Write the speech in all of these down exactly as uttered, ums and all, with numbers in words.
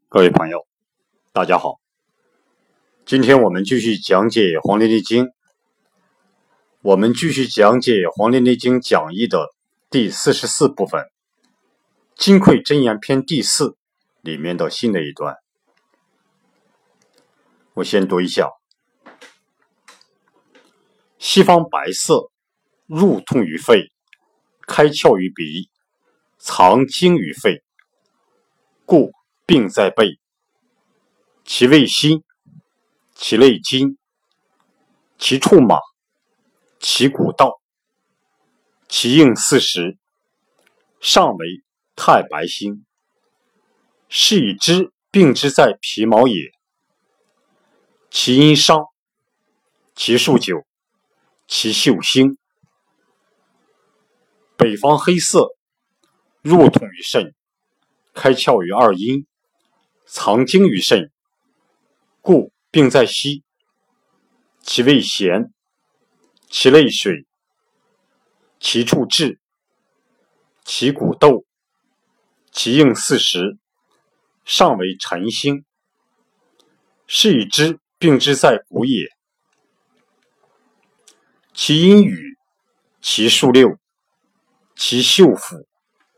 各位朋友，大家好。今天我们继续讲解《黄帝内经》，我们继续讲解《黄帝内经讲义》的第四十四部分，金匮真言篇第四里面的新的一段。我先读一下：西方白色，入通于肺，开窍于鼻，藏精于肺，故病在背。其味辛，其类筋，其触马，其骨道，其应四时，上为太白星。是以知病之在皮毛也。其因伤，其数久，其嗅腥。北方黑色，入通于肾，开窍于二阴，藏精于肾，故病在膝。其味咸，其类水，其处滞，其骨斗，其应四时，上为辰星。是以知病之在骨也。其因羽，其数六，其嗅腑，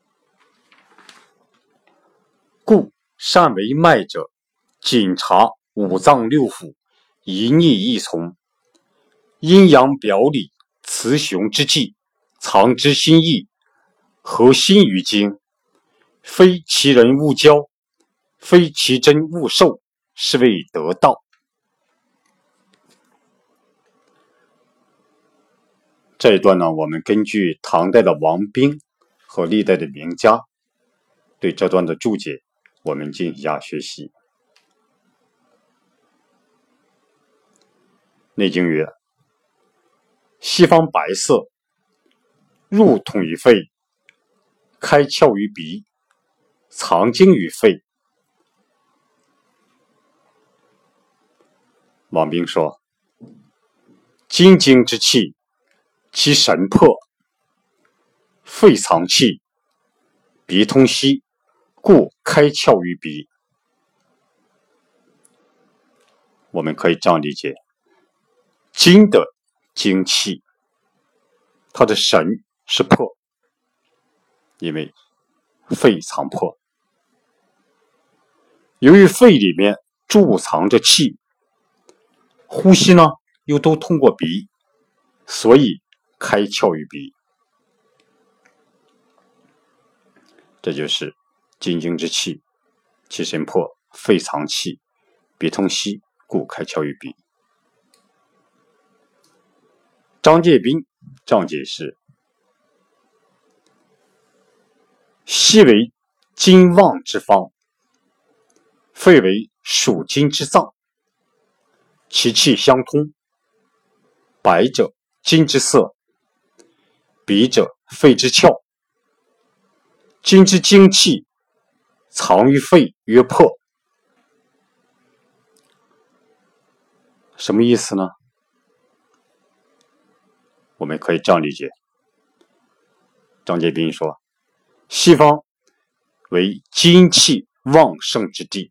故善为脉者，谨察五脏六腑，一逆一从，阴阳表里，雌雄之际，藏之心意，合心于经，非其人勿教，非其真勿授，是谓得道。这一段呢，我们根据唐代的王冰和历代的名家对这段的注解，我们进行一下学习。内经曰：西方白色，入通于肺，开窍于鼻，藏精于肺。王冰说，金精之气，其神魄，肺藏气，鼻通息，故开窍于鼻。我们可以这样理解，金的精气，它的神是魄，因为肺藏魄。由于肺里面贮藏着气，呼吸呢又都通过鼻，所以开窍于鼻。这就是金精之气，其神魄，肺藏气，鼻通息，故开窍于鼻。张介宾这样解释：息为金旺之方，肺为属金之脏，其气相通。白者金之色，鼻者肺之窍。金之精气藏于肺曰魄。什么意思呢？我们可以这样理解，张介宾说，西方为金气旺盛之地，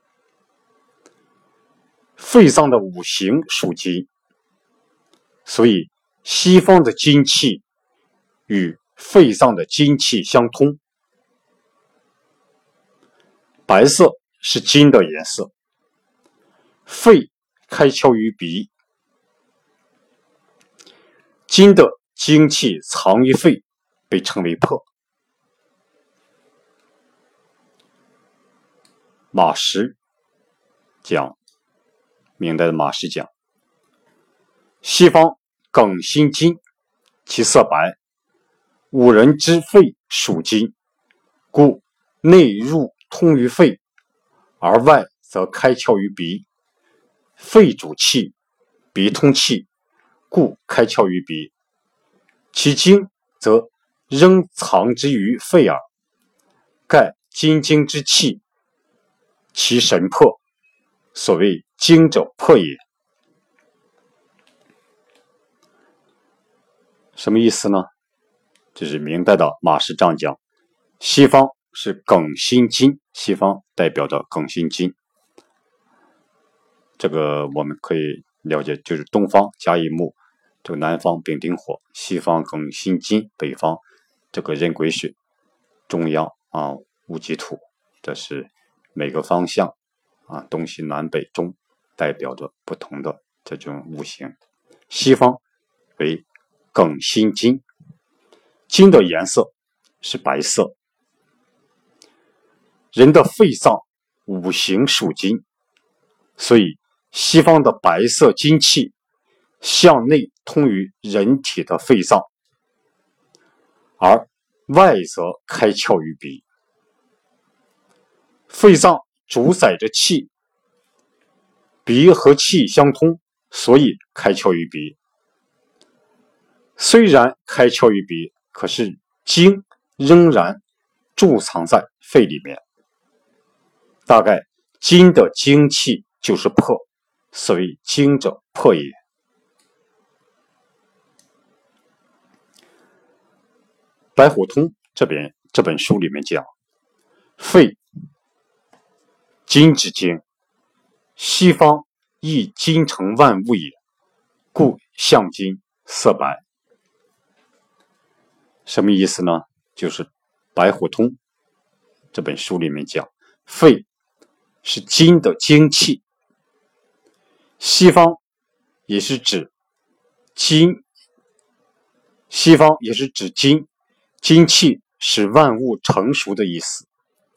肺脏的五行属金，所以西方的金气与肺脏的金气相通。白色是金的颜色，肺开窍于鼻，金的精气藏于肺，被称为魄。马识讲，明代的马识讲，西方庚辛金，其色白，五人之肺属金，故内入通于肺，而外则开窍于鼻。肺主气，鼻通气，故开窍于鼻。其精则仍藏之于肺耳，盖金精之气，其神魄，所谓精者魄也。什么意思呢？这是明代的马识这样讲，西方是艮心金，西方代表着艮心金。这个我们可以了解，就是东方甲乙木，这个南方丙丁火，西方艮心金，北方这个壬癸水，中央啊戊己土，这是每个方向啊东西南北中代表着不同的这种五行。西方为艮心金，金的颜色是白色。人的肺脏五行属金，所以西方的白色金气向内通于人体的肺脏，而外则开窍于鼻。肺脏主宰着气，鼻和气相通，所以开窍于鼻。虽然开窍于鼻，可是精仍然贮藏在肺里面。大概金的精气就是魄，所谓精者魄也。白虎通这边这本书里面讲，肺金之精，西方亦金成万物也，故象金色白。什么意思呢？就是白虎通这本书里面讲，肺是金的精气，西方也是指金，西方也是指金，金气使万物成熟的意思，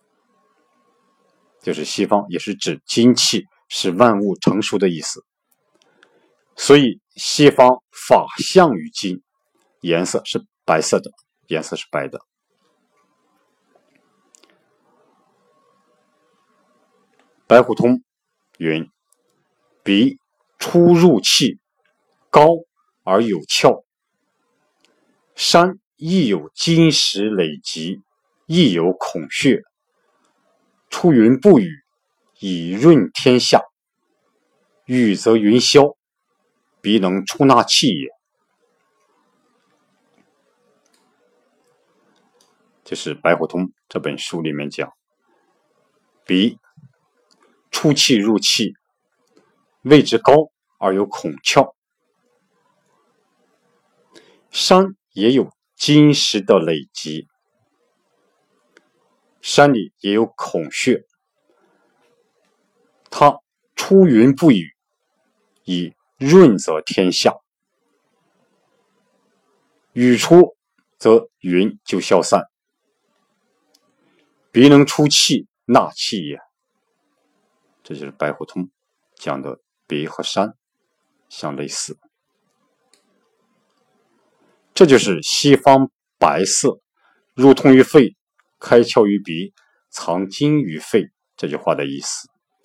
就是西方也是指金气使万物成熟的意思。所以西方法象于金，颜色是白色的，颜色是白的。白虎通云：鼻出入气，高而有窍，山亦有金石累积，亦有孔穴，出云不雨，以润天下。雨则云消，鼻能出纳气也。这是白虎通这本书里面讲，鼻出气入气，位置高而有孔窍，山也有金石的累积，山里也有孔穴，它出云不雨，以润泽天下。雨出则云就消散，鼻能出气纳气也。这就是白虎通讲的鼻和山相类似。这就是西方白色入通于肺，开窍于鼻，藏金于肺这句话的意思。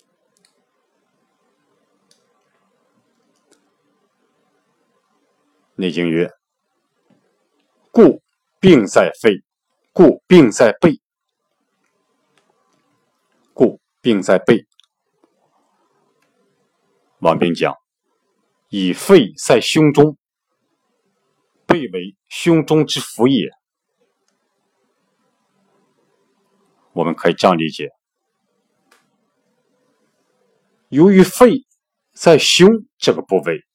内经曰：故病在肺，故病在背，故病在背。王冰讲，以肺在胸中，背为胸中之府也。我们可以这样理解，由于肺在胸这个部位，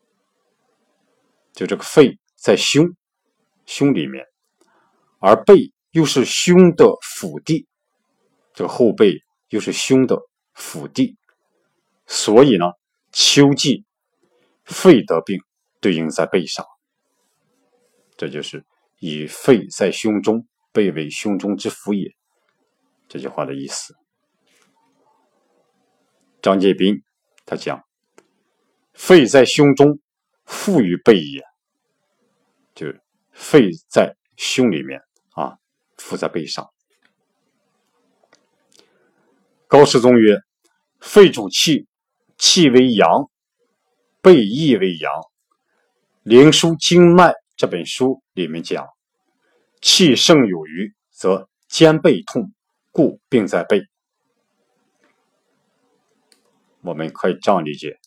就这个肺在胸胸里面，而背又是胸的腹地，这个后背又是胸的腹地，所以呢，秋季肺得病对应在背上，这就是以肺在胸中，背为胸中之府也这句话的意思。张介宾他讲，肺在胸中，腹于背也，就是肺在胸里面啊，腹在背上。高士宗曰：肺主气，气为阳，背亦为阳。灵枢经脉这本书里面讲，气盛有余，则肩背痛，故病在背。我们可以这样理解，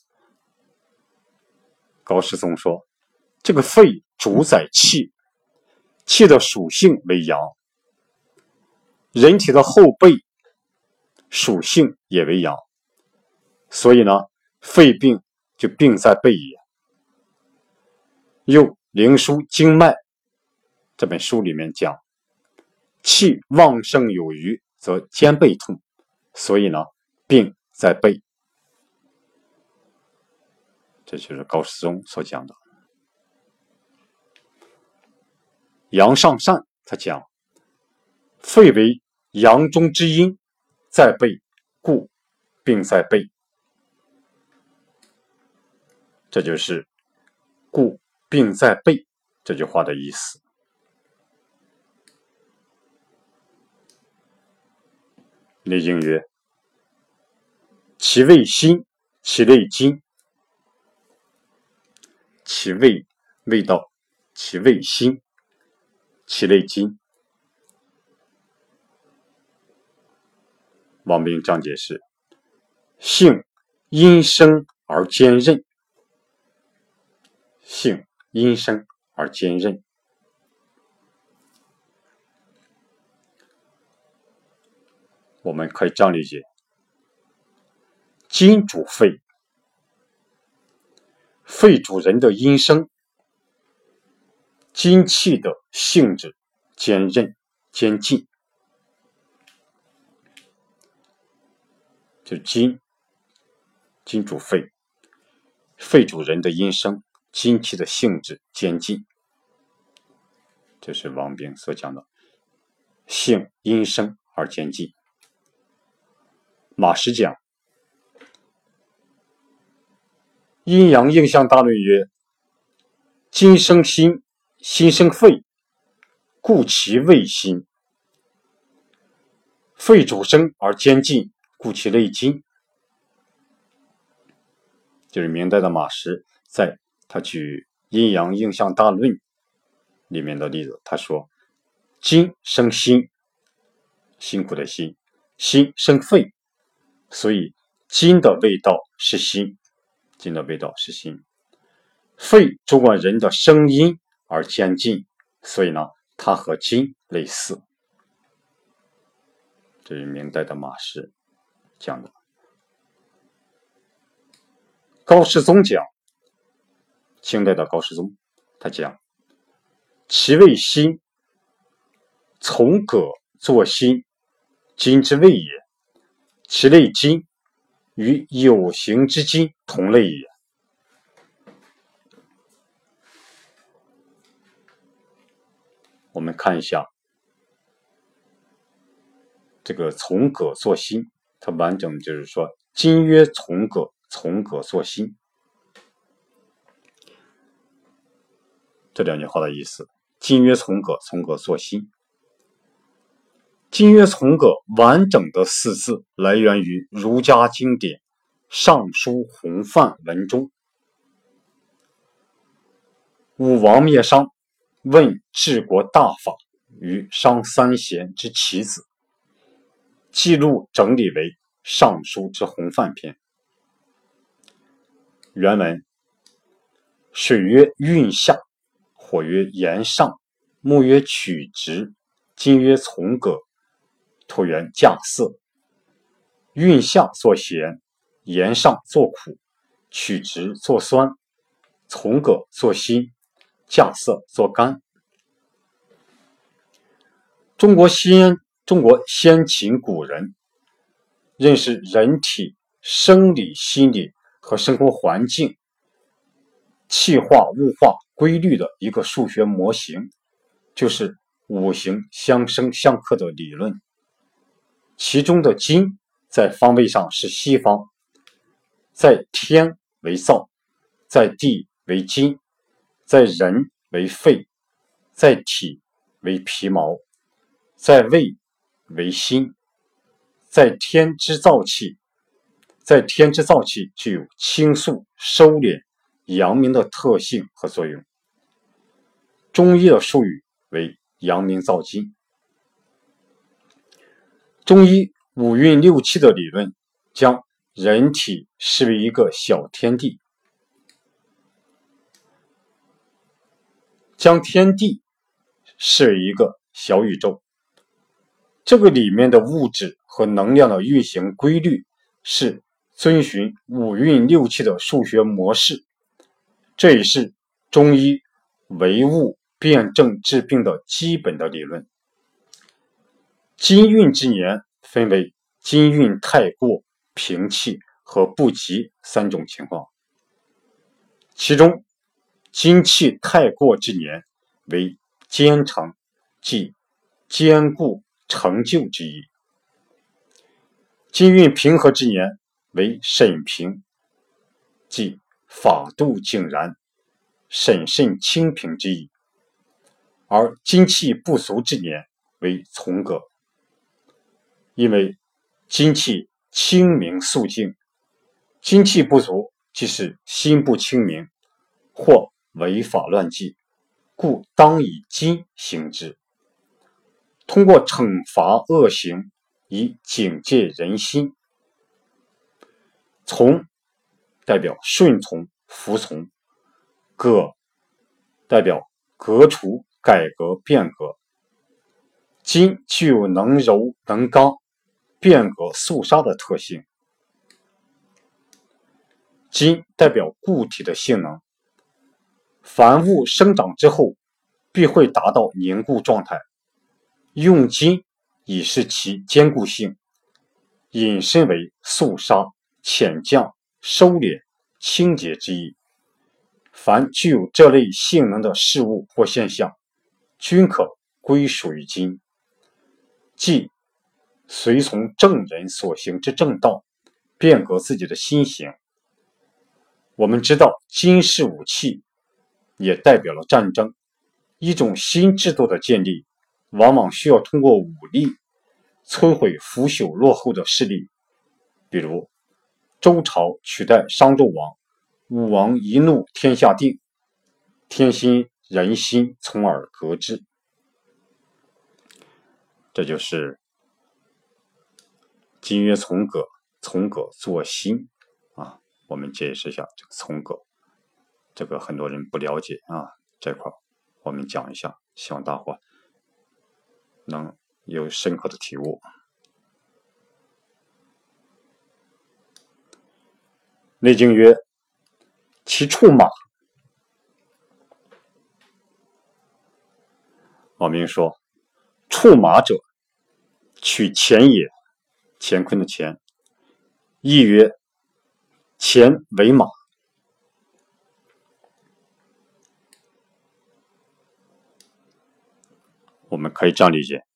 高士宗说，这个肺主宰气，气的属性为阳， 人体的后背属性也为阳，所以呢，肺病就病在背也。又《灵枢·经脉》这本书里面讲，气旺盛有余，则肩背痛，所以呢，病在背。这就是高士宗所讲的。杨尚善他讲，肺为阳中之阴，在背，故病在背。这就是故病在背这句话的意思。内经曰：其味辛，其类津。其味味道，其味辛，其类津。王冰章解释：性阴生而坚韧，性阴生而坚韧。我们可以这样理解：筋主肺，肺主人的阴生，筋气的性质坚韧坚劲。就筋，筋主肺，肺主人的阴生，筋气的性质坚劲。这是王冰所讲的性阴生而坚劲。马师讲，阴阳应象大论曰：筋生心，心生肺，故其味辛；肺主生而坚劲，故其类筋。就是明代的马师在他举阴阳应象大论里面的例子，他说筋生心，辛苦的辛，心生肺，所以筋的味道是辛，筋的味道是辛。肺主管人的声音而坚劲，所以呢，它和筋类似。这是明代的马师讲的。高士宗讲，清代的高士宗他讲，其味辛，从葛作辛，筋之味也；其类筋，与有形之筋同类也。我们看一下这个从葛作辛，它完整就是说，筋曰从葛，从葛作辛。这两句话的意思，筋曰从葛，从葛作辛。筋曰从葛完整的四字来源于儒家经典《尚书洪范文》中。武王灭商，问治国大法于商三贤之其子，记录整理为《尚书之洪范篇》。原文：水曰运下，火曰炎上，木曰曲直，金曰从葛，土原稼穑。运下作咸，炎上作苦，曲直作酸，从葛作辛，稼穑作甘。中国先中国先秦古人认识人体生理、心理和生活环境气化、物化规律的一个数学模型，就是五行相生相克的理论。其中的金在方位上是西方，在天为燥，在地为金，在人为肺，在体为皮毛，在胃为心。在天之燥气，在天之燥气具有倾诉、收敛、阳明的特性和作用。中医的术语为阳明燥金。中医五运六气的理论将人体视为一个小天地，将天地视为一个小宇宙。 这个里面的物质和能量的运行规律是遵循五运六气的数学模式，这也是中医唯物辩证治病的基本的理论。金运之年分为金运太过、平气和不及三种情况，其中金气太过之年为坚成，即坚固成就之意；金运平和之年为审平，即法度井然，审慎清平之意；而金气不足之年为从革，因为金气清明肃静，金气不足即是心不清明，或违法乱纪，故当以金行之。通过惩罚恶行以警戒人心。从代表顺从服从，革代表革除改革变革。金具有能柔能刚、变革肃杀的特性。金代表固体的性能，凡物生长之后必会达到凝固状态，用金以示其坚固性，引申为肃杀、潜降、收敛、清洁之意。凡具有这类性能的事物或现象，均可归属于金，即随从正人所行之正道，变革自己的心行。我们知道金是武器，也代表了战争。一种新制度的建立，往往需要通过武力摧毁腐朽落后的势力。比如周朝取代商纣王，武王一怒天下定，天心人心从而革之。这就是金曰从革，从革作新啊。我们解释一下这个从革，这个很多人不了解啊，这块我们讲一下，希望大伙能有深刻的体悟。内经曰：其畜马。王明说，畜马者，取乾也，乾坤的乾。亦曰乾为马。我们可以这样理解，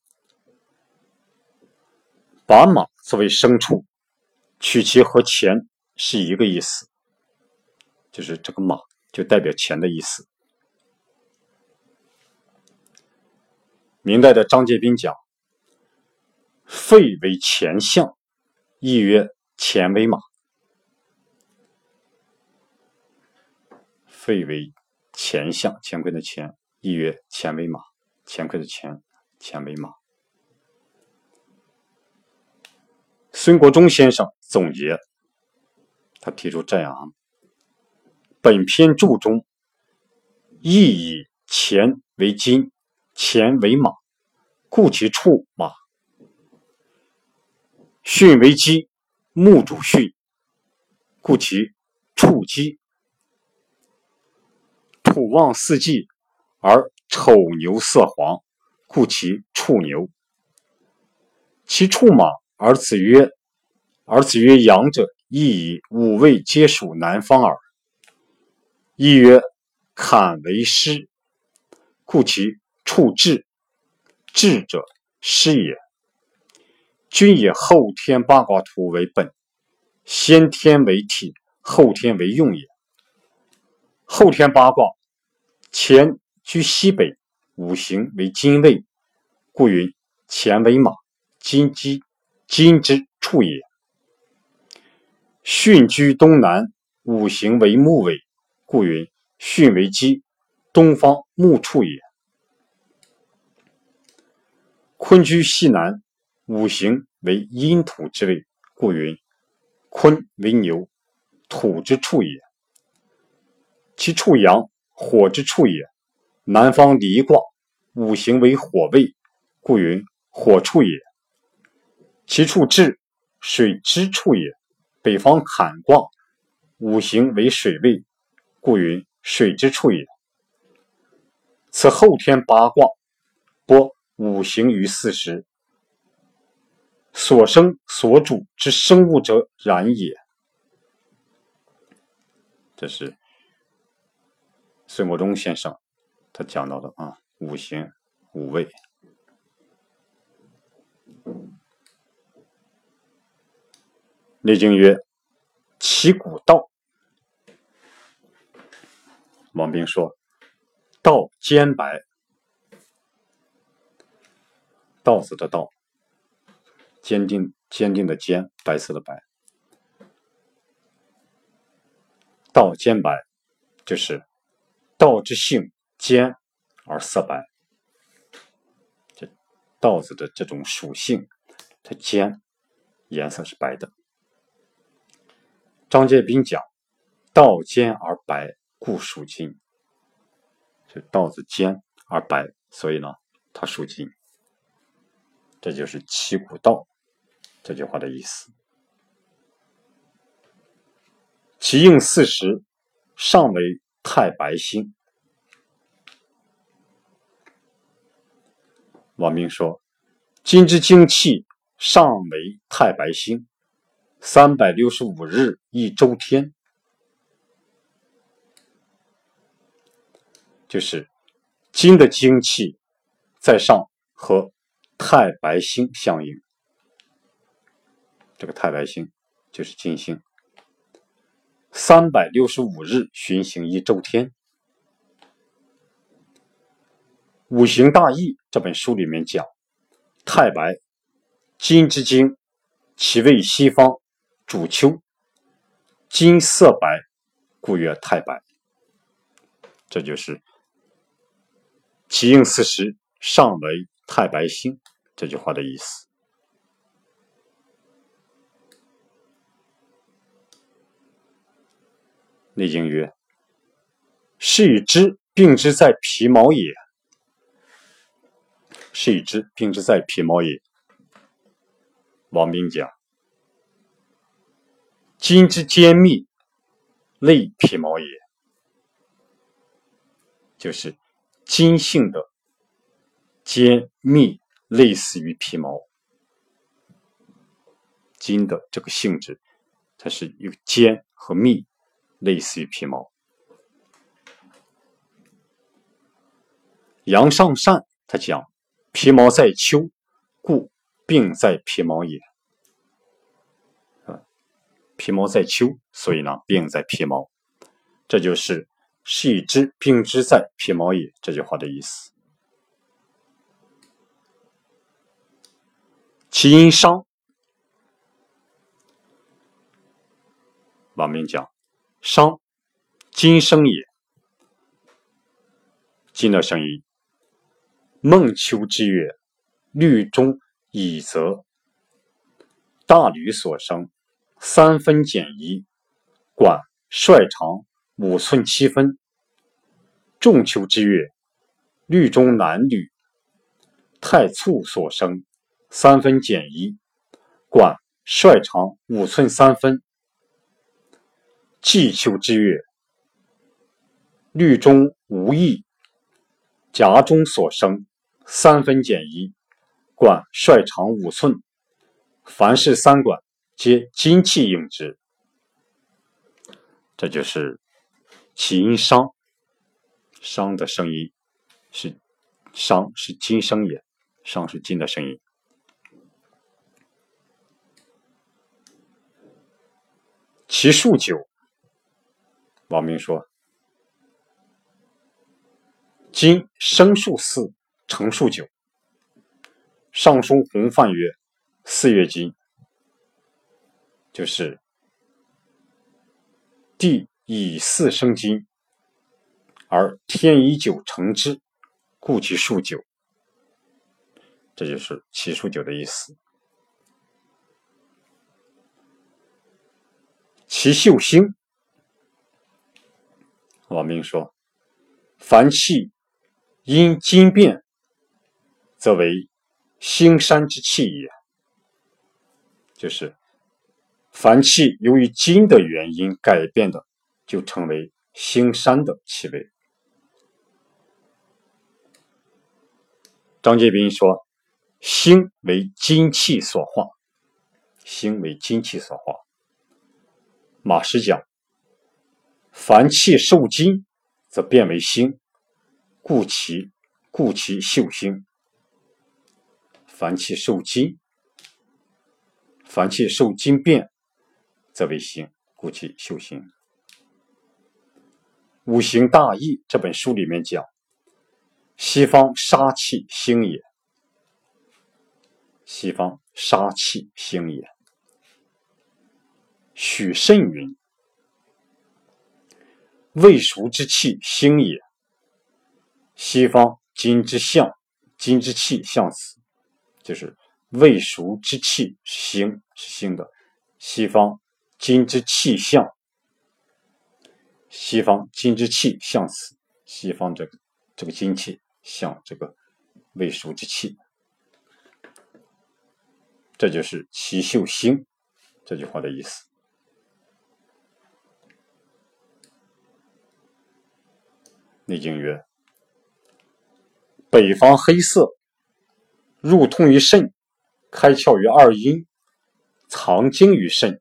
把马作为牲畜，取其和钱是一个意思，就是这个马就代表钱的意思。明代的张介宾讲，肺为钱相，亦曰钱为马。肺为钱相，乾坤的乾，亦曰钱为马，乾坤的乾，钱为马。孙国忠先生总结，他提出这样啊，本篇注中亦以钱为金，钱为马，故其畜马。巽为鸡，木主巽，故其畜鸡。土旺四季，而丑牛色黄，故其畜牛。其畜马，而子曰而子曰阳者，亦以五味皆属南方耳。亦曰坎为湿，故其畜至。至者，湿也。均以后天八卦图为本，先天为体，后天为用也。后天八卦，乾居西北，五行为金位，故云乾为马，金鸡，金之畜也。巽居东南，五行为木尾，故云巽为鸡，东方木畜也。坤居西南，五行为阴土之位，故云坤为牛，土之畜也。其畜阳，火之畜也。南方离卦，五行为火位，故云火畜也。 其处至，水之处也。北方坎卦，五行为水位，故云水之处也。此后天八卦，拨五行于四时，所生所主之生物者然也。这是孙国忠先生他讲到的啊，五行五位。内经曰：其古道。王冰说：道坚白，道子的道，坚定坚定的坚，白色的白。道坚白，就是道之性坚而色白。这道子的这种属性，它坚，颜色是白的。张介宾讲：道坚而白，故属金。这道子坚而白，所以呢，它属金。这就是其古道这句话的意思。其应四时，上为太白星。王明说：今之精气上为太白星，三百六十五日一周天。就是金的精气在上和太白星相应，这个太白星就是金星。三百六十五日循行一周天。五行大义这本书里面讲，太白，金之精，其位西方，主秋，金色白，故曰太白。这就是其应四时，上为太白星这句话的意思。内经曰：是以之，病之在皮毛也。是以之，病之在皮毛也。王冰讲：筋之坚密，类皮毛也。就是筋性的坚密，类似于皮毛。筋的这个性质，它是有坚和密，类似于皮毛。杨尚善他讲：皮毛在丘，故病在皮毛也。皮毛在丘，所以呢，病在皮毛。这就是是以之，病之在皮毛也这句话的意思。其因伤，王明讲：伤，金生也。金的生意，孟丘之曰：律中乙则，大吕所生，三分减一，管率长五寸七分。仲丘之曰：律中男吕，太簇所生，三分减一，管率长五寸三分。季丘之曰：律中无益，甲中所生，三分减一，管率长五寸。凡是三管，皆精气应之。这就是其因伤，伤的声音是伤是金生也，伤是金的声音。其数九，王明说：金生数四，成数九。尚书洪范曰：四月金，就是地以四生金，而天以九成之，故其数九。这就是其数九的意思。其宿星，王明说：凡气因金变，则为星山之气也。 就是凡气由于金的原因改变的，就称为腥膻的气味。张介宾说，腥为金气所化，腥为金气所化。马师讲，凡气受金，则变为腥，故其故其嗅腥。凡气受金，凡气受金变，则为腥，故其嗅腥。五行大义这本书里面讲，西方杀气腥也，西方杀气腥也。许慎云，未熟之气腥也。西方金之象，金之气象辞，就是未熟之气腥，是腥的。西方金之气象，西方金之气象辞，西方这个这个金气像这个未熟之气，这就是其嗅腥这句话的意思。内经曰，北方黑色，入通于肾，开窍于二阴，藏精于肾。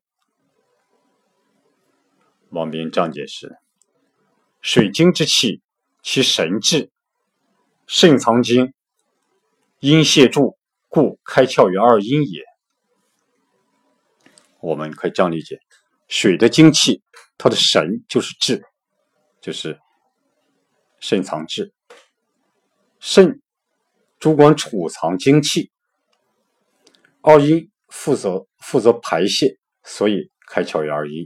王斌这样解释，水精之气，其神志，肾藏精，阴泄注，故开窍于二阴也。我们可以这样理解，水的精气，它的神就是志，就是肾藏志，肾主管储藏精气，二阴负责负责排泄，所以开窍于二阴。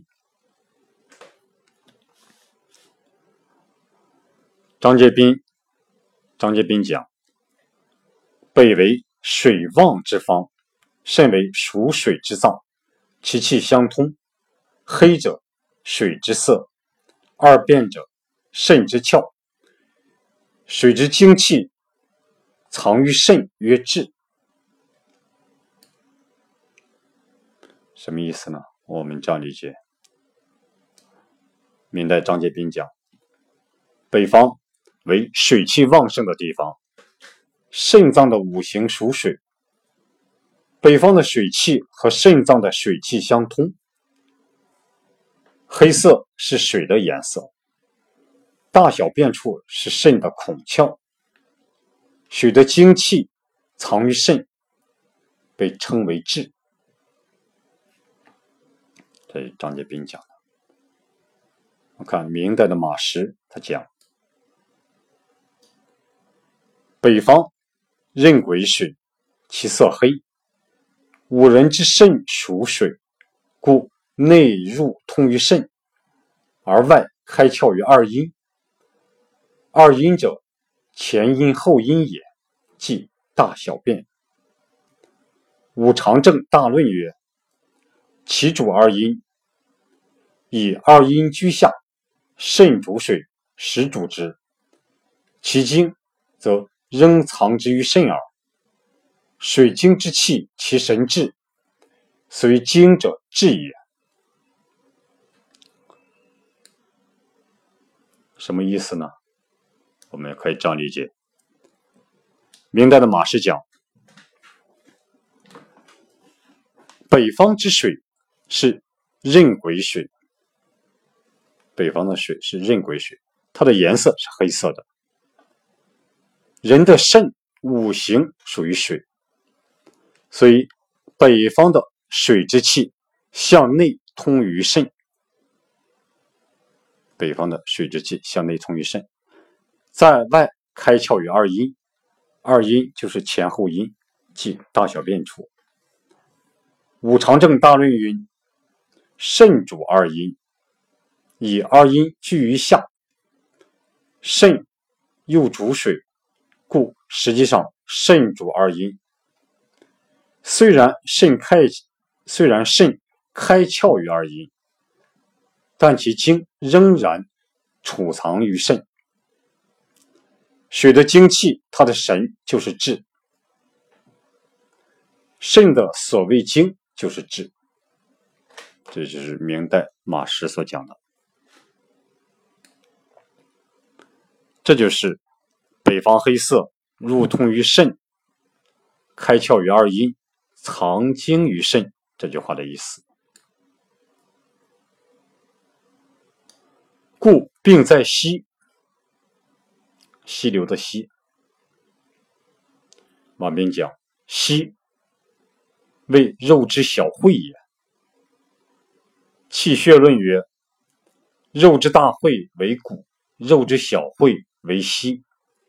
张介宾张介宾讲，北为水旺之方，肾为属水之脏，其气相通。黑者水之色，二变者肾之窍。水之精气藏于肾曰志。什么意思呢？我们这样理解，明代张介宾讲，北方为水气旺盛的地方，肾脏的五行属水，北方的水气和肾脏的水气相通。黑色是水的颜色，大小便处是肾的孔窍，水的精气藏于肾，被称为志。这是张介宾讲的。我看明代的马识，他讲，北方任癸水，其色黑，五人之肾属水，故内入通于肾，而外开窍于二阴。二阴者，前阴后阴也，即大小便。五常正大论曰，其主二阴，以二阴居下，肾主水，实主之，其精则仍藏之于肾耳。水精之气，其神志，虽精者志也。什么意思呢？我们可以这样理解，明代的马识讲，北方之水是壬癸水，北方的水是壬癸水，它的颜色是黑色的。人的肾五行属于水，所以北方的水之气向内通于肾，北方的水之气向内通于肾，在外开窍于二阴，二阴就是前后阴，即大小便处。五常正大论云，肾主二阴，以二阴居于下，肾又主水，故实际上肾主二阴。虽然肾开虽然肾开窍于二阴，但其精仍然储藏于肾。水的精气，它的神就是志。肾的所谓精， 就是质。这就是明代马识所讲的。这就是北方黑色入通于肾，开窍于二阴，藏精于肾这句话的意思。故病在溪，溪流的溪。往边讲，溪为肉之小会也。气血论曰：肉之大会为骨，肉之小会为溪。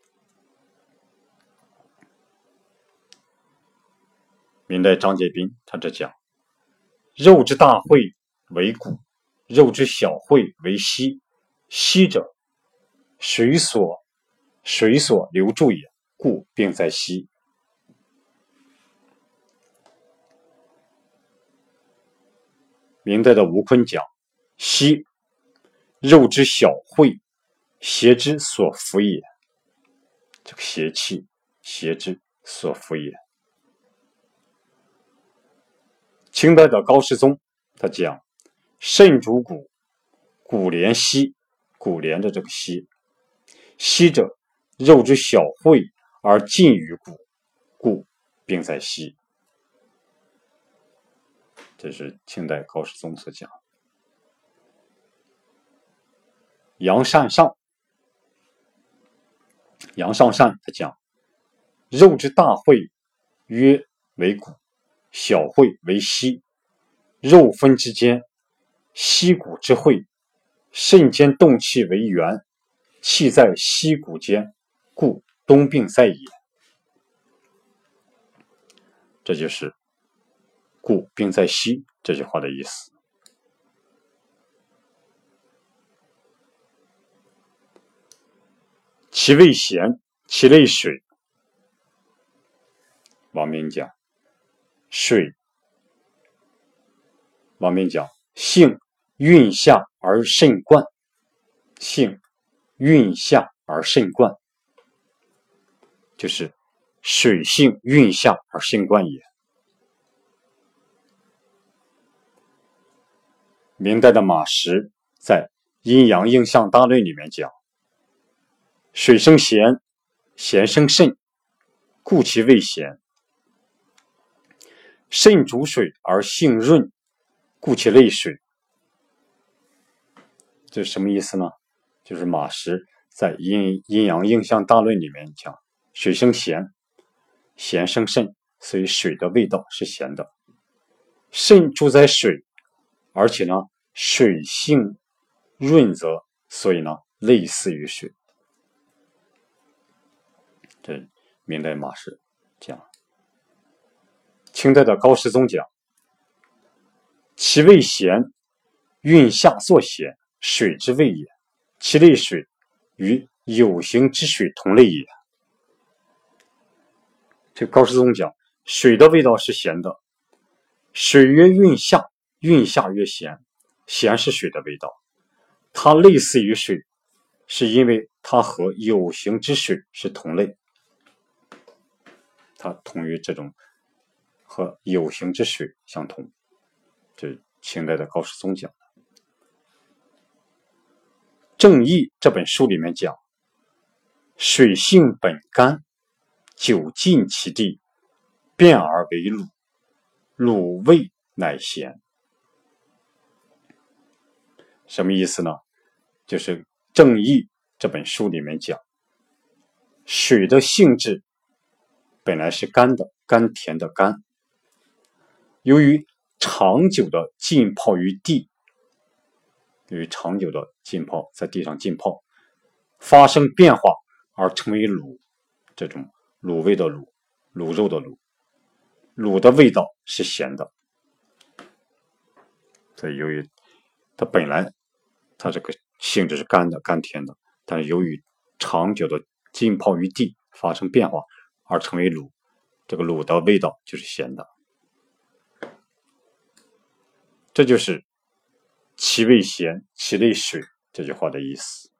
明代张介宾他这讲，肉之大会为骨，肉之小会为溪。溪者，水所水所留住也，故病在溪。明代的吴坤讲，溪肉之小会，邪之所伏也。这个邪气，邪之所伏也。清代的高士宗他讲，肾主骨，骨连溪，骨连着这个溪。溪者，肉之小会而近于骨，故病在溪。这是清代高士宗所讲。杨善上，杨尚善他讲，肉之大会曰为骨，小会为溪。肉分之间，溪骨之会，肾间动气为源，气在溪骨间，故冬病在也。这就是故病在溪这句话的意思。其味咸，其类水。王明讲，水王明讲，性运下而肾贯，性运下而肾贯，就是水性运下而肾贯也。明代的马识在《阴阳应象大论》里面讲，水生咸，咸生肾，故其味咸。肾主水而性润，故其类水。这是什么意思呢？就是马识在阴阴阳应象大论里面讲，水生咸，咸生肾，所以水的味道是咸的。肾主宰水，而且呢水性润泽，所以呢类似于水。这明代马识讲。清代的高士宗讲，其味咸，运下作咸，水之味也，其类水，与有形之水同类也。这高士宗讲，水的味道是咸的，水曰运下，运下曰咸，咸是水的味道，它类似于水，是因为它和有形之水是同类，它同于这种和有形之水相同。这是清代的高士宗讲的。正义这本书里面讲，水性本甘，久浸其地，变而为卤，卤味乃咸。什么意思呢？就是正义这本书里面讲，水的性质本来是甘的，甘甜的甘，由于长久的浸泡于地，由于长久的浸泡在地上浸泡，发生变化而成为卤，这种卤味的卤，卤肉的卤，卤的味道是咸的。所以由于它本来它这个性质是甘的，甘甜的，但是由于长久的浸泡于地发生变化而成为卤，这个卤的味道就是咸的。这就是其味咸，其类水这句话的意思。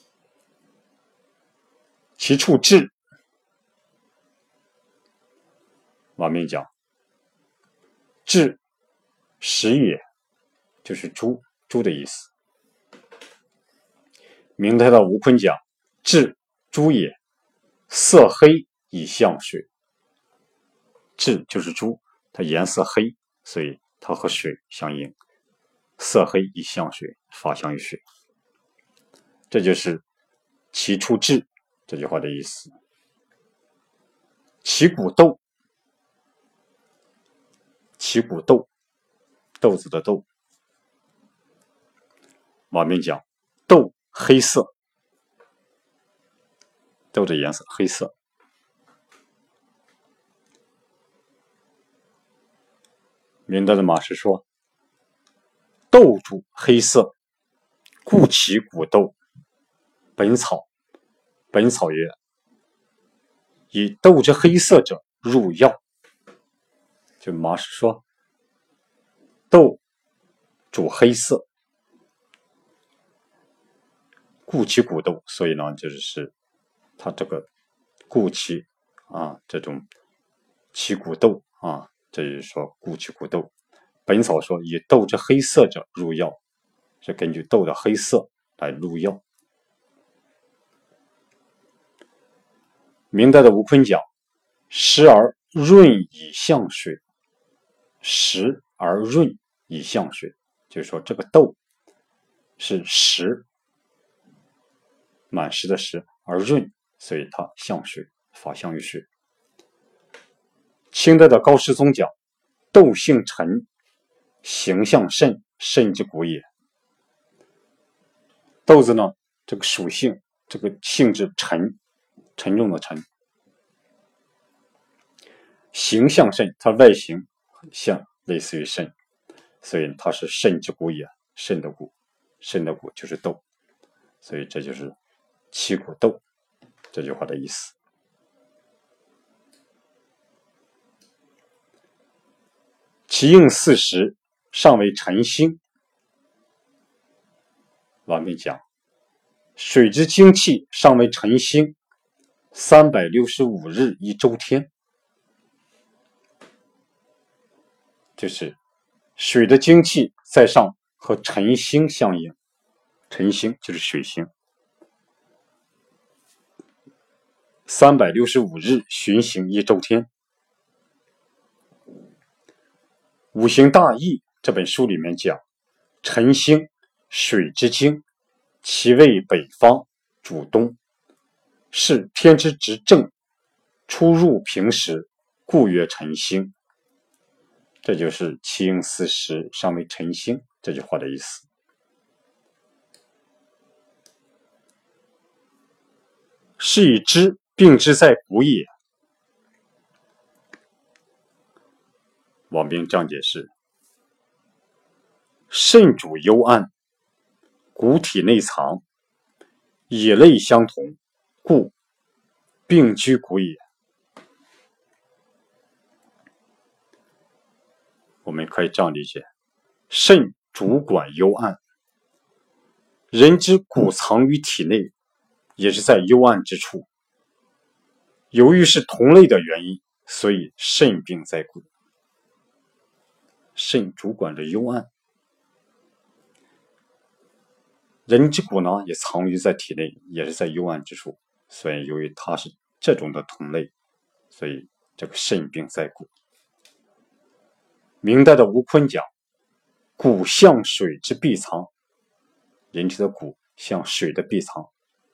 其处质， 王明讲，雉食也，就是猪，猪的意思。明代的吴坤讲，雉猪也，色黑以象水。雉就是猪，它颜色黑，所以它和水相应，色黑以象水，发象于水。这就是其出雉这句话的意思。其骨豆，其骨豆，豆子的豆。王明讲，豆黑色，豆的颜色黑色。明代的马氏说，豆主黑色，故其骨豆。本草，本草曰，以豆之黑色者入药。就马氏说，豆主黑色，故其骨豆，所以呢，就是它这个故其啊，这种其骨豆啊，这就是说故其骨豆。本草说，以豆之黑色者入药，是根据豆的黑色来入药。明代的吴坤讲，时而润以象水，时而润以象水，就是说这个豆是实，满实的实，而润，所以它像水，发象于水。清代的高师宗讲，豆性沉，形象肾，肾之骨也。豆子呢，这个属性，这个性质沉，沉重的沉，形象肾，它外形像类似于肾，所以它是肾之骨也，肾的骨，肾的骨就是豆，所以这就是其骨豆这句话的意思。其应四时，尚为晨星。王明讲，水之精气尚为晨星，三百六十五日一周天。就是水的精气在上和晨星相应，晨星就是水星，三百六十五日循行一周天。五行大义这本书里面讲，晨星水之精，其位北方，主东，是天之直正，出入平时，故曰晨星。这就是其应四时，尚为晨星这句话的意思。是以知病之在骨也。王明这样解释，肾主幽暗，骨体内藏，以类相同，故病居骨也。我们可以这样理解，肾主管幽暗，人之骨藏于体内，也是在幽暗之处。由于是同类的原因，所以肾病在骨。肾主管着幽暗，人之骨呢也藏于在体内，也是在幽暗之处，所以由于它是这种的同类，所以这个肾病在骨。明代的吴坤讲，骨像水之壁藏，人体的骨像水的壁藏。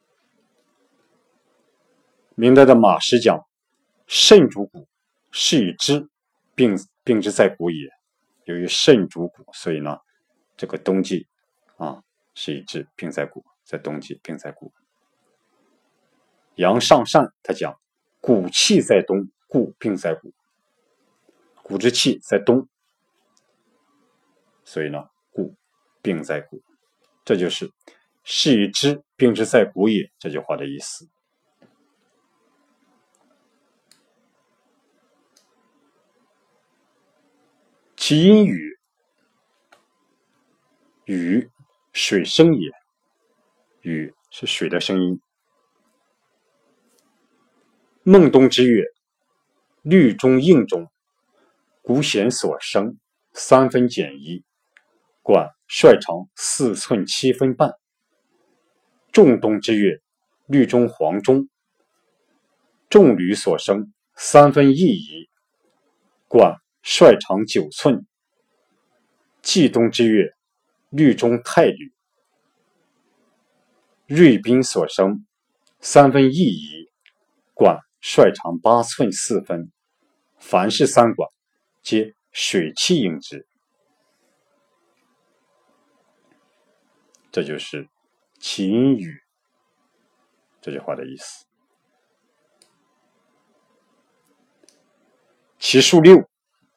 明代的马师讲，肾主骨，是以知病病之在骨也。由于肾主骨，所以呢，这个冬季啊，是以知病在骨，在冬季病在骨。杨尚善他讲，骨气在冬，故病在骨。骨之气在冬，所以呢，故病在骨。这就是是以知病之在骨也这句话的意思。其因雨，雨水声也，雨是水的声音。孟冬之月，绿中映中， 古弦所生，三分减一，管率长四寸七分半。仲冬之月，绿中黄中。仲履所生，三分一夷，管率长九寸。季冬之月，绿中太履。瑞宾所生，三分一夷，管率长八寸四分。凡是三管，皆水气应之。这就是其音语这句话的意思。其数六，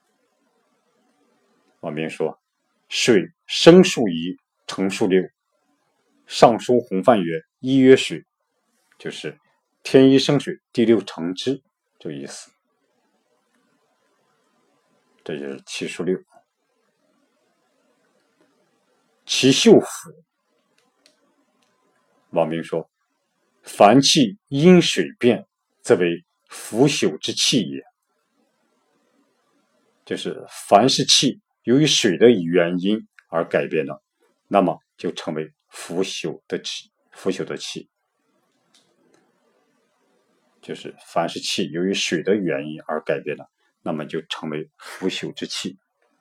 王明说：水生数一，成数六。尚书洪范曰：一曰水，就是天一生水，地六成之，这个意思。这就是其数六。其秀腐，王明说：凡气因水变，则为腐朽之气也。就是凡是气由于水的原因而改变了，那么就成为腐朽的气。腐朽的气就是凡是气由于水的原因而改变了，那么就成为腐朽之气。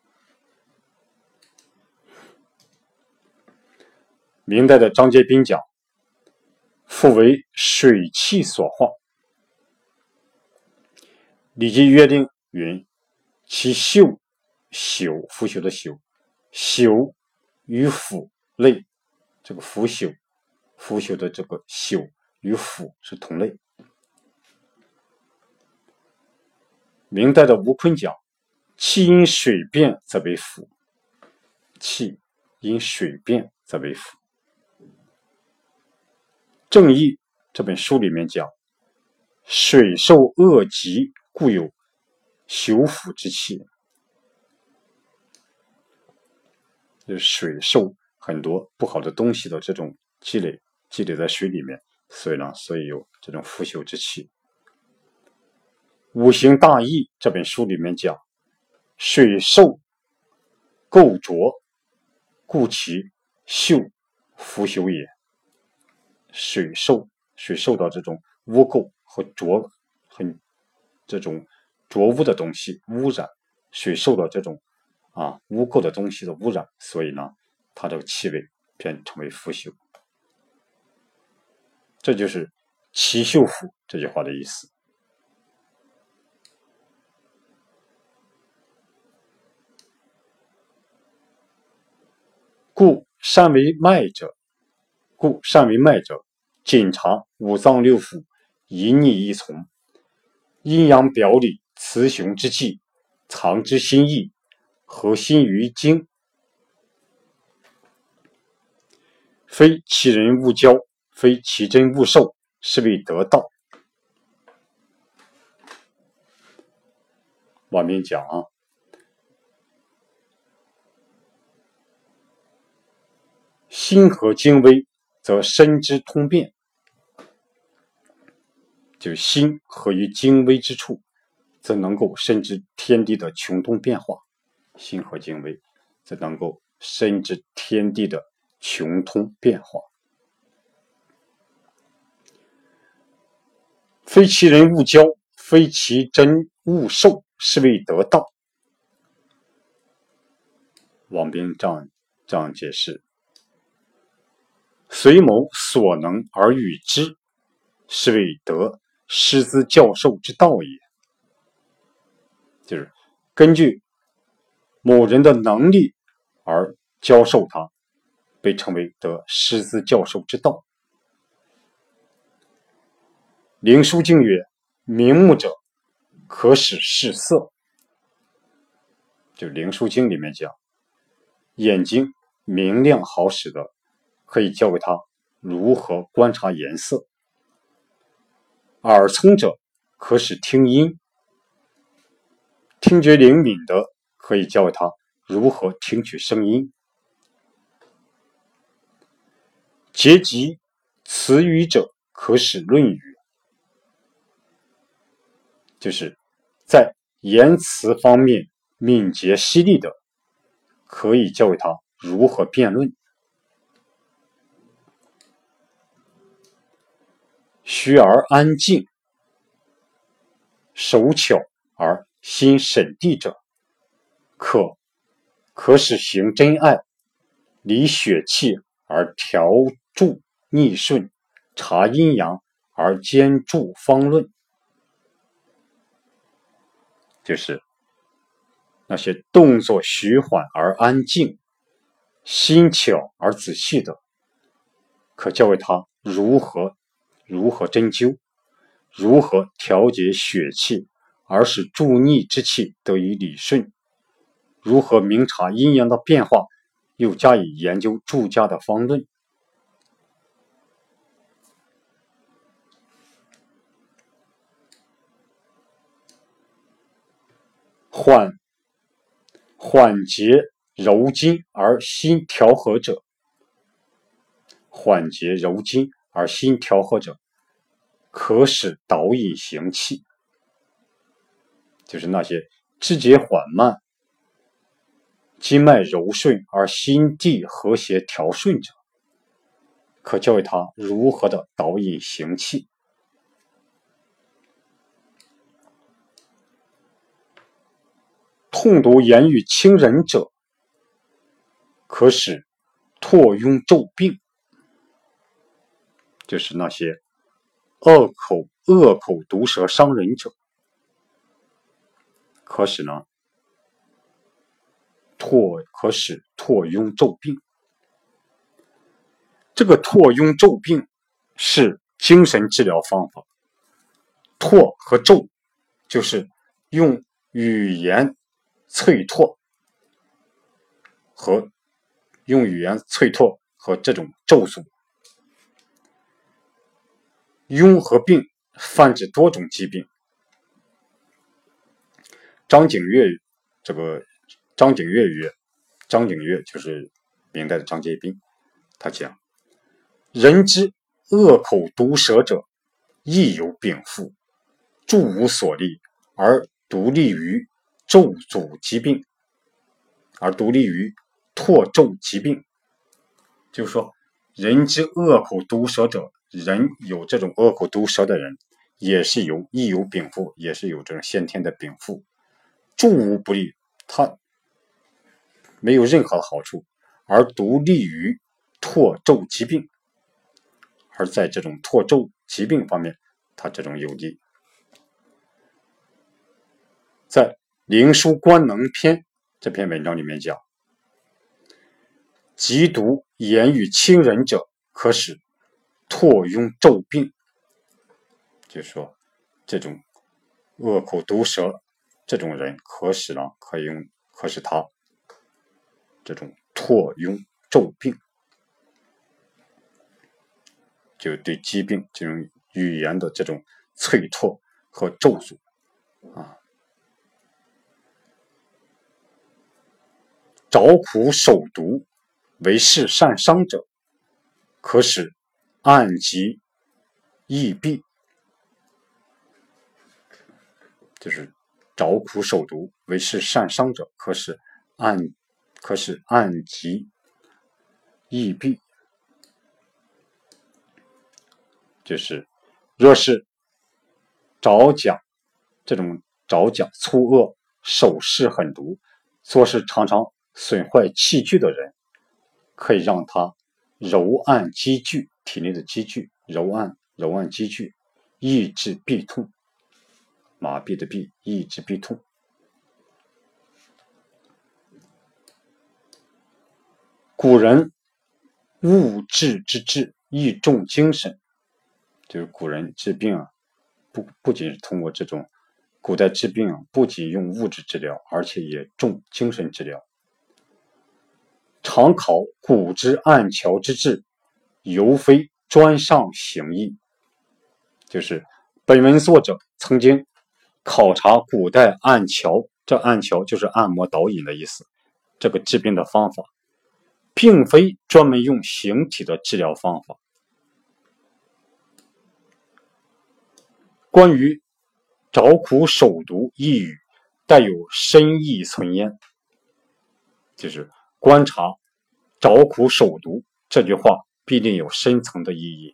明代的张节彬讲：复为水气所化。礼记约定云：其朽，朽，腐朽的朽，朽与腐类。这个腐朽，腐朽的这个朽与腐是同类。明代的吴坤讲：气因水变则为腐，气因水变则为腐。正义这本书里面讲：水受恶疾，故有朽腐之气。就是水受很多不好的东西的这种积累，积累在水里面，所以呢，所以有这种腐朽之气。五行大义这本书里面讲：水受垢浊，故其朽腐朽也。水受，水受到这种污垢和浊，很这种浊污的东西污染，水受到这种啊污垢的东西的污染，所以呢，它这个气味便成为腐朽。这就是其秀腐这句话的意思。故善为脉者，故善为脉者，检查五脏六腑，一逆一从，阴阳表里，雌雄之际，藏之心意，合心于经。非其人勿教，非其真勿授，是谓得道。王明讲啊，心合精微，则身之通变。就是心合于精微之处，则能够深知天地的穷通变化。心合精微，则能够深知天地的穷通变化。非其人勿教，非其真勿授，是谓得道。王冰这样这样解释：随谋所能而与之，是谓得师资教授之道也。就是根据某人的能力而教授他，被称为得师资教授之道。灵枢经曰：明目者，可使视色。就灵枢经里面讲，眼睛明亮好使的，可以教给他如何观察颜色。耳聪者，可使听音。听觉灵敏的，可以教给他如何听取声音。结集词语者，可使论语。就是在言辞方面敏捷犀利的，可以教给他如何辩论。学而安静，手巧而心审地者，可可使行真爱，理血气而调注逆顺，察阴阳而兼注方论。就是那些动作徐缓而安静，心巧而仔细的，可教给他如何如何针灸，如何调节血气而使助逆之气得以理顺，如何明察阴阳的变化，又加以研究助家的方论。缓缓节柔筋而心调和者，缓节柔筋而心调和者，可使导引行气。就是那些肢节缓慢，筋脉柔顺而心地和谐调顺者，可教给他如何的导引行气。痛读言语轻人者，可使唾痈骤病。就是那些恶口恶口毒舌伤人者，可使呢唾可使唾痈骤病。这个唾痈骤病是精神治疗方法。唾和咒就是用语言淬唾和用语言淬唾和这种咒术。痈和病泛指多种疾病。张景岳这个张景岳曰，张景岳就是明代的张介宾，他讲：人之恶口毒舌者，亦有禀赋，助无所利，而独立于咒诅疾病，而独立于唾咒疾病。就是说，人之恶口毒舌者，人有这种恶口毒舌的人，也是有亦有禀赋，也是有这种先天的禀赋。助无不利，他没有任何的好处，而独立于唾咒疾病，而在这种唾咒疾病方面，他这种有利。在《灵枢官能篇》这篇文章里面讲，极毒言语轻人者，可使唾痈骤病。就是说，这种恶口毒舌这种人，可使呢，可以用，可使他这种唾痈骤病，就对疾病这种语言的这种淬唾和咒术啊，找苦守毒，为事善伤者，可使暗疾易毙。就是找苦守毒，为事善伤者，可使暗可使暗疾易毙。就是若是找讲这种找讲粗恶，手势狠毒，做事常常损坏器具的人，可以让他揉按积聚，体内的积聚，揉按揉按积聚，抑制痹痛，麻痹的痹，抑制痹痛。古人物质之治，亦重精神。就是古人治病啊，不不仅是通过这种古代治病啊，不仅用物质治疗，而且也重精神治疗。常考古之暗桥之治，犹非专上行义。就是本文作者曾经考察古代按桥，这按桥就是按摩导引的意思，这个治病的方法并非专门用形体的治疗方法。关于找苦守毒一语， 带有深意存焉，就是观察找苦守读这句话必定有深层的意义。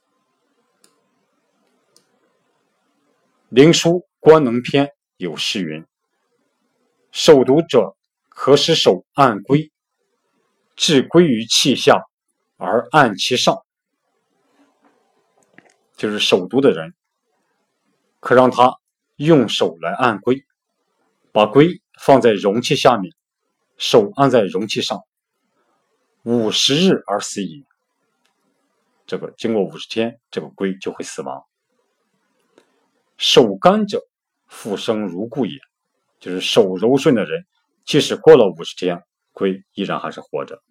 灵枢观能篇有诗云：守读者可使手按归，置归于器下而按其上。就是守读的人可让他用手来按龟，把龟放在容器下面，手按在容器上，五十日而死矣。这个经过五十天，这个龟就会死亡。手干者复生如故也，就是手柔顺的人，即使过了五十天，龟依然还是活着。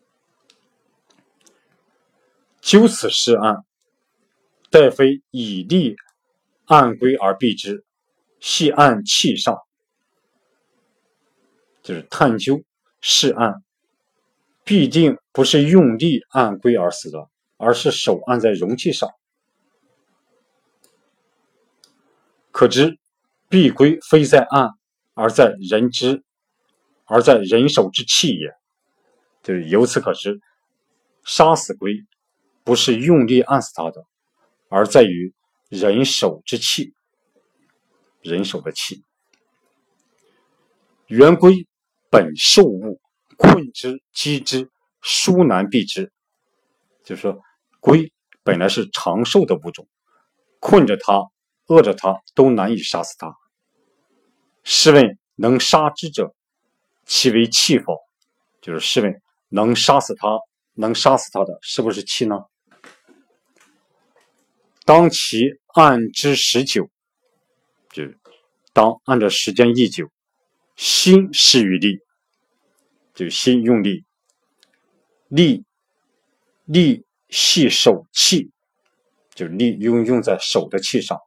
就此施按，待非以力按龟而避之，系按器上，就是探究施按，必定不是用力按龟而死的，而是手按在容器上。可知避龟非在按，而在人之，而在人手之器也。就是由此可知，杀死龟不是用力按死它的，而在于人手之器，人手的器。原龟本受物，困之击之，殊难避之。就是说，龟本来是长寿的物种，困着它、饿着它都难以杀死它。试问能杀之者，其为器否？就是试问能杀死它、能杀死它的，是不是器呢？当其按之时久，就是当按照时间一久，心施于力，就是心用力，力力系手器，就是力用用在手的器上。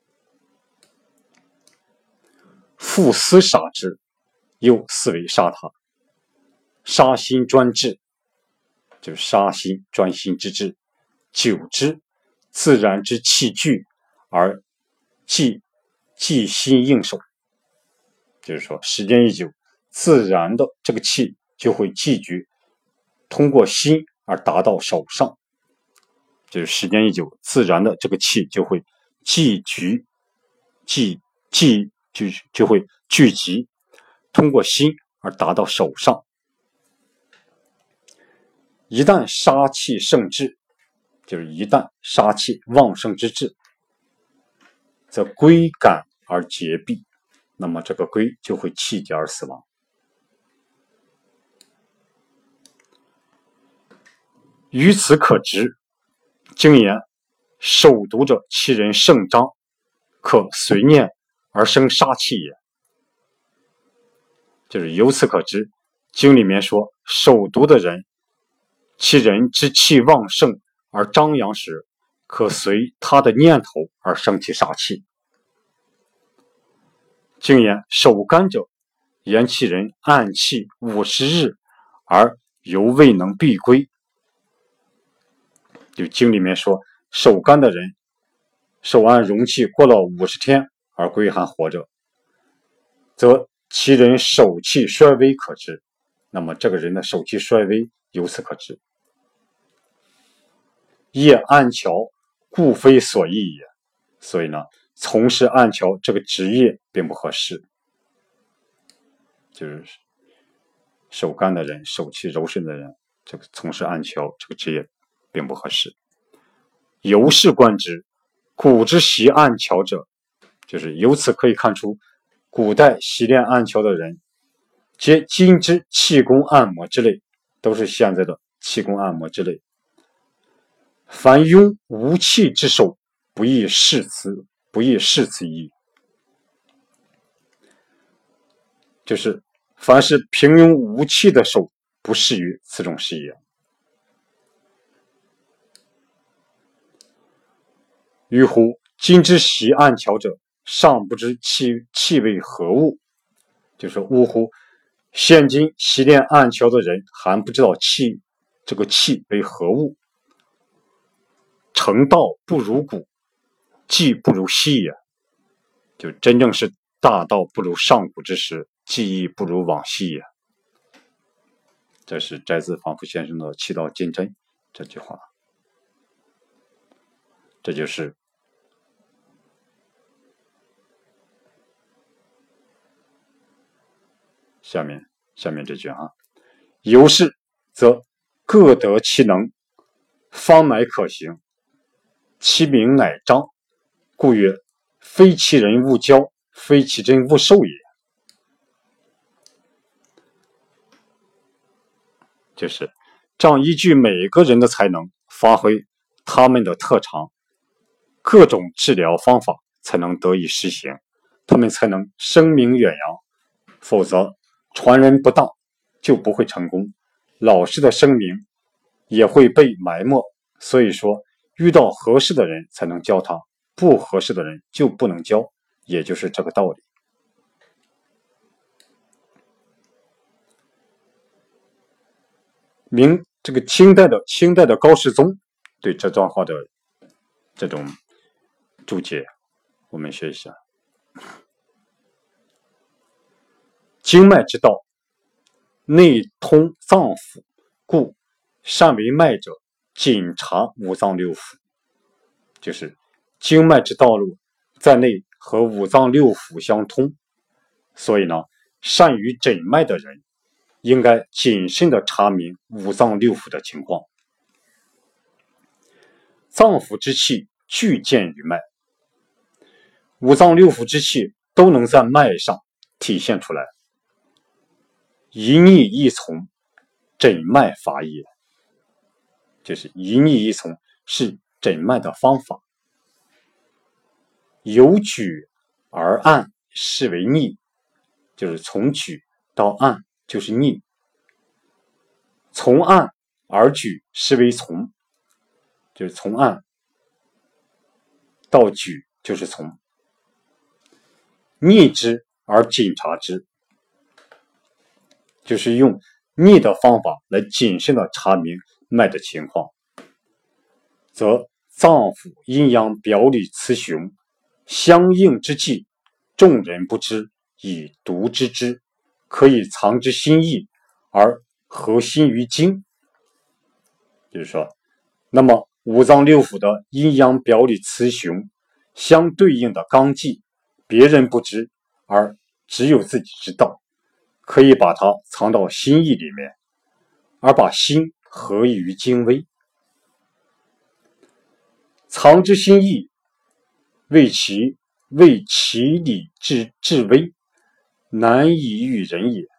复思杀之，又思为杀他。杀心专志，就是杀心专心之志，久之，自然之气聚，而即即心应手。就是说，时间一久，自然的这个气就会聚集，通过心而达到手上。就是时间一久，自然的这个气就会聚集，聚聚就就会聚集，通过心而达到手上。一旦杀气盛至，就是一旦杀气旺盛之至，则龟感而结闭，那么这个龟就会气结而死亡。于此可知，经言受读者其人盛张，可随念而生杀气也。就是由此可知，经里面说受读的人，其人之气旺盛而张扬时，可随他的念头而生起杀气。经言守干者，言其人按气五十日而犹未能避龟。就经里面说，守干的人手按容器过了五十天而龟还活着，则其人手气衰微可知。那么这个人的手气衰微由此可知。业按桥，故非所宜也。所以呢，从事按桥这个职业并不合适。就是手干的人、手气柔顺的人，这个从事按桥这个职业并不合适。由是观之，古之习按桥者，就是由此可以看出，古代习练按桥的人，皆今之气功按摩之类，都是现在的气功按摩之类。凡庸无气之手，不亦是此，不亦是此意。就是凡是平庸无气的手，不适于此种事也。于乎今之习按桥者，尚不知气气为何物。就是呜呼，现今习练按桥的人还不知道气这个气为何物。成道不如古，技不如昔也。就真正是大道不如上古之时，技艺不如往昔也。这是摘自房夫先生的《七道金针》这句话。这就是下面下面这句啊，由是则各得其能，方乃可行，其名乃彰，故曰非其人勿教，非其真勿授也。就是这样依据每个人的才能，发挥他们的特长，各种治疗方法才能得以实行，他们才能声名远扬。否则传人不当就不会成功，老师的声名也会被埋没。所以说遇到合适的人才能教他，不合适的人就不能教，也就是这个道理。明这个清代的清代的高士宗对这段话的这种注解，我们学一下。经脉之道，内通脏腑，故善为脉者，仅察五脏六腑。就是经脉之道路在内和五脏六腑相通，所以呢，善于诊脉的人应该谨慎地查明五脏六腑的情况。脏腑之气俱见于脉，五脏六腑之气都能在脉上体现出来。一逆一从，诊脉法也。就是一逆一从是诊脉的方法。由举而按是为逆，就是从举到按就是逆；从按而举是为从，就是从按到举就是从；逆之而谨察之，就是用逆的方法来谨慎地查明脉的情况，则脏腑阴阳表里雌雄相应之际，众人不知，以独知之，可以藏之心意，而合心于经。就是说，那么五脏六腑的阴阳表里雌雄相对应的纲纪，别人不知，而只有自己知道，可以把它藏到心意里面，而把心合于精微。藏之心意，为其为其理至至微，难以与人也。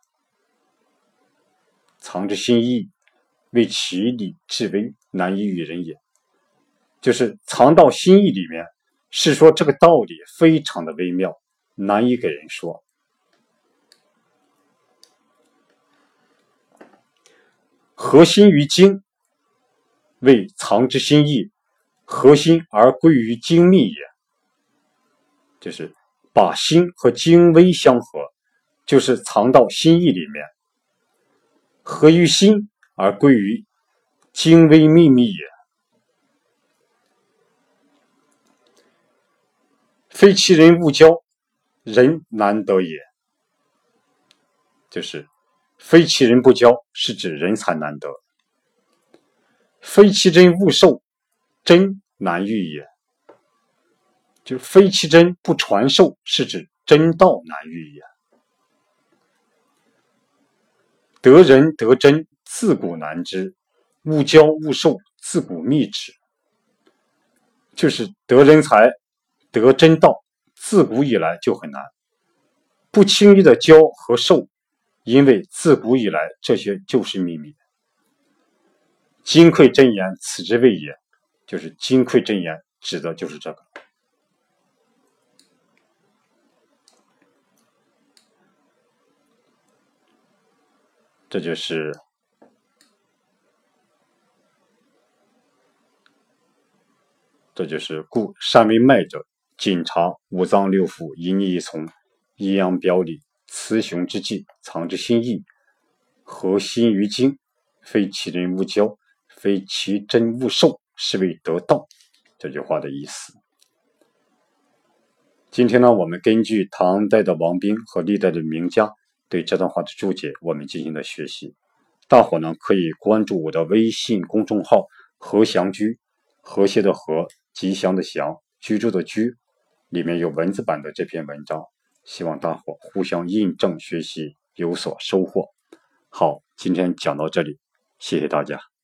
藏之心意，为其理至微，难以与人也。就是藏到心意里面，是说这个道理非常的微妙，难以给人说。合心于精，为藏之心意，合心而归于精密也。就是把心和精微相合，就是藏到心意里面，合于心而归于精微秘密也。非其人勿教，人难得也。就是非其人不教，是指人才难得；非其真勿授，真难遇也。就非其真不传授，是指真道难遇也。得人得真，自古难知；勿教勿授，自古秘之。就是得人才得真道，自古以来就很难，不轻易的教和授，因为自古以来这些就是秘密。金匮真言，此之谓也。就是金匮真言指的就是这个。这就是这就是故善为脉者，谨察五脏六腑一逆一从，阴阳表里雌雄之际，藏之心意，合心于精，非其人勿教，非其真勿授，是谓得道。这句话的意思。 今天呢，我们根据唐代的王冰和历代的名家对这段话的注解，我们进行了学习。大伙呢可以关注我的微信公众号和祥居，和谐的和，吉祥的祥，居住的居，里面有文字版的这篇文章，希望大伙互相印证学习，有所收获。好，今天讲到这里，谢谢大家。